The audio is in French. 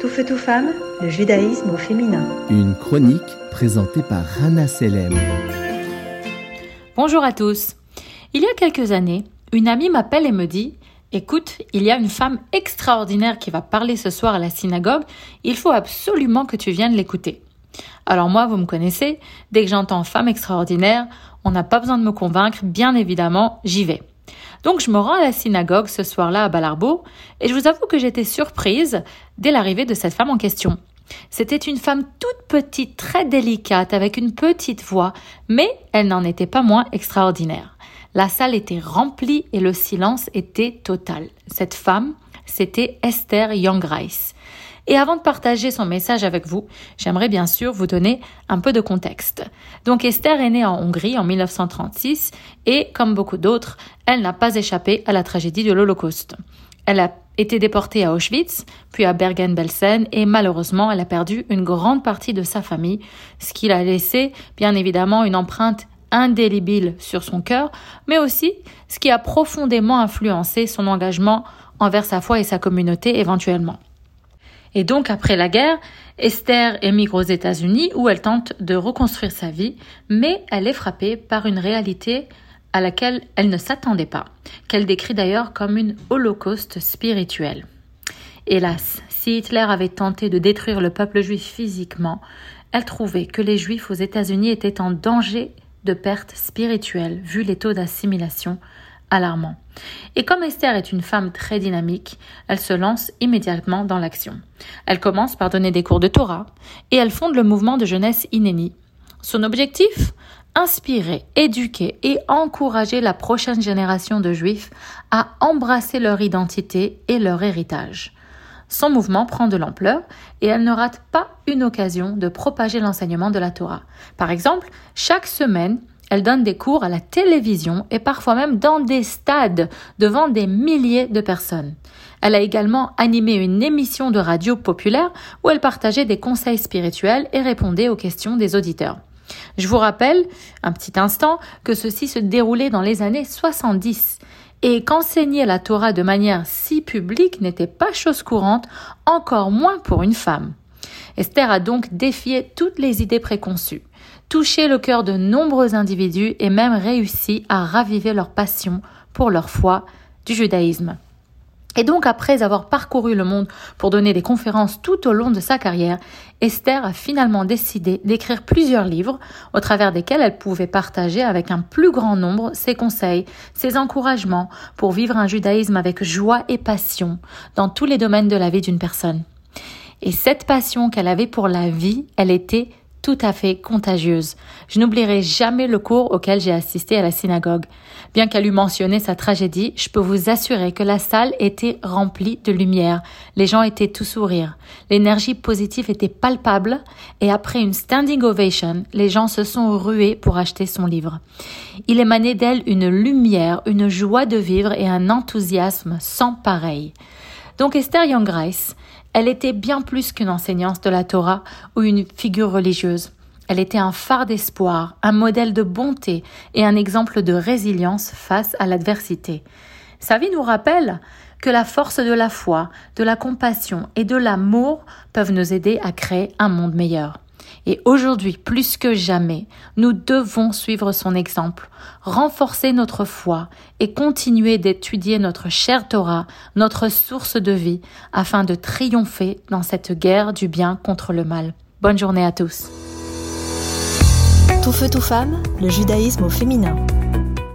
Tout feu, tout femme, le judaïsme au féminin. Une chronique présentée par Hana Selem. Bonjour à tous. Il y a quelques années, une amie m'appelle et me dit « Écoute, il y a une femme extraordinaire qui va parler ce soir à la synagogue, il faut absolument que tu viennes l'écouter. » Alors moi, vous me connaissez, dès que j'entends femme extraordinaire, on n'a pas besoin de me convaincre, bien évidemment, j'y vais. Donc je me rends à la synagogue ce soir-là à Ballarbeau et je vous avoue que j'étais surprise dès l'arrivée de cette femme en question. C'était une femme toute petite, très délicate, avec une petite voix, mais elle n'en était pas moins extraordinaire. La salle était remplie et le silence était total. Cette femme, c'était Esther Young-Rice. Et avant de partager son message avec vous, j'aimerais bien sûr vous donner un peu de contexte. Donc Esther est née en Hongrie en 1936 et, comme beaucoup d'autres, elle n'a pas échappé à la tragédie de l'Holocauste. Elle a été déportée à Auschwitz, puis à Bergen-Belsen et malheureusement, elle a perdu une grande partie de sa famille, ce qui l'a laissé, bien évidemment, une empreinte indélébile sur son cœur, mais aussi ce qui a profondément influencé son engagement envers sa foi et sa communauté éventuellement. Et donc, après la guerre, Esther émigre aux États-Unis où elle tente de reconstruire sa vie, mais elle est frappée par une réalité à laquelle elle ne s'attendait pas, qu'elle décrit d'ailleurs comme une holocauste spirituelle. Hélas, si Hitler avait tenté de détruire le peuple juif physiquement, elle trouvait que les Juifs aux États-Unis étaient en danger de perte spirituelle, vu les taux d'assimilation alarmants. Et comme Esther est une femme très dynamique, elle se lance immédiatement dans l'action. Elle commence par donner des cours de Torah et elle fonde le mouvement de jeunesse Hineni. Son objectif ? Inspirer, éduquer et encourager la prochaine génération de Juifs à embrasser leur identité et leur héritage. Son mouvement prend de l'ampleur et elle ne rate pas une occasion de propager l'enseignement de la Torah. Par exemple, chaque semaine, elle donne des cours à la télévision et parfois même dans des stades devant des milliers de personnes. Elle a également animé une émission de radio populaire où elle partageait des conseils spirituels et répondait aux questions des auditeurs. Je vous rappelle, un petit instant, que ceci se déroulait dans les années 70 et qu'enseigner la Torah de manière si publique n'était pas chose courante, encore moins pour une femme. Esther a donc défié toutes les idées préconçues, touché le cœur de nombreux individus et même réussi à raviver leur passion pour leur foi du judaïsme. Et donc, après avoir parcouru le monde pour donner des conférences tout au long de sa carrière, Esther a finalement décidé d'écrire plusieurs livres au travers desquels elle pouvait partager avec un plus grand nombre ses conseils, ses encouragements pour vivre un judaïsme avec joie et passion dans tous les domaines de la vie d'une personne. Et cette passion qu'elle avait pour la vie, elle était tout à fait contagieuse. Je n'oublierai jamais le cours auquel j'ai assisté à la synagogue. Bien qu'elle eût mentionné sa tragédie, je peux vous assurer que la salle était remplie de lumière. Les gens étaient tout sourire. L'énergie positive était palpable et après une standing ovation, les gens se sont rués pour acheter son livre. Il émanait d'elle une lumière, une joie de vivre et un enthousiasme sans pareil. Donc Esther Young-Rice, elle était bien plus qu'une enseignante de la Torah ou une figure religieuse. Elle était un phare d'espoir, un modèle de bonté et un exemple de résilience face à l'adversité. Sa vie nous rappelle que la force de la foi, de la compassion et de l'amour peuvent nous aider à créer un monde meilleur. Et aujourd'hui, plus que jamais, nous devons suivre son exemple, renforcer notre foi et continuer d'étudier notre chère Torah, notre source de vie, afin de triompher dans cette guerre du bien contre le mal. Bonne journée à tous. Tout feu, tout femme, le judaïsme au féminin.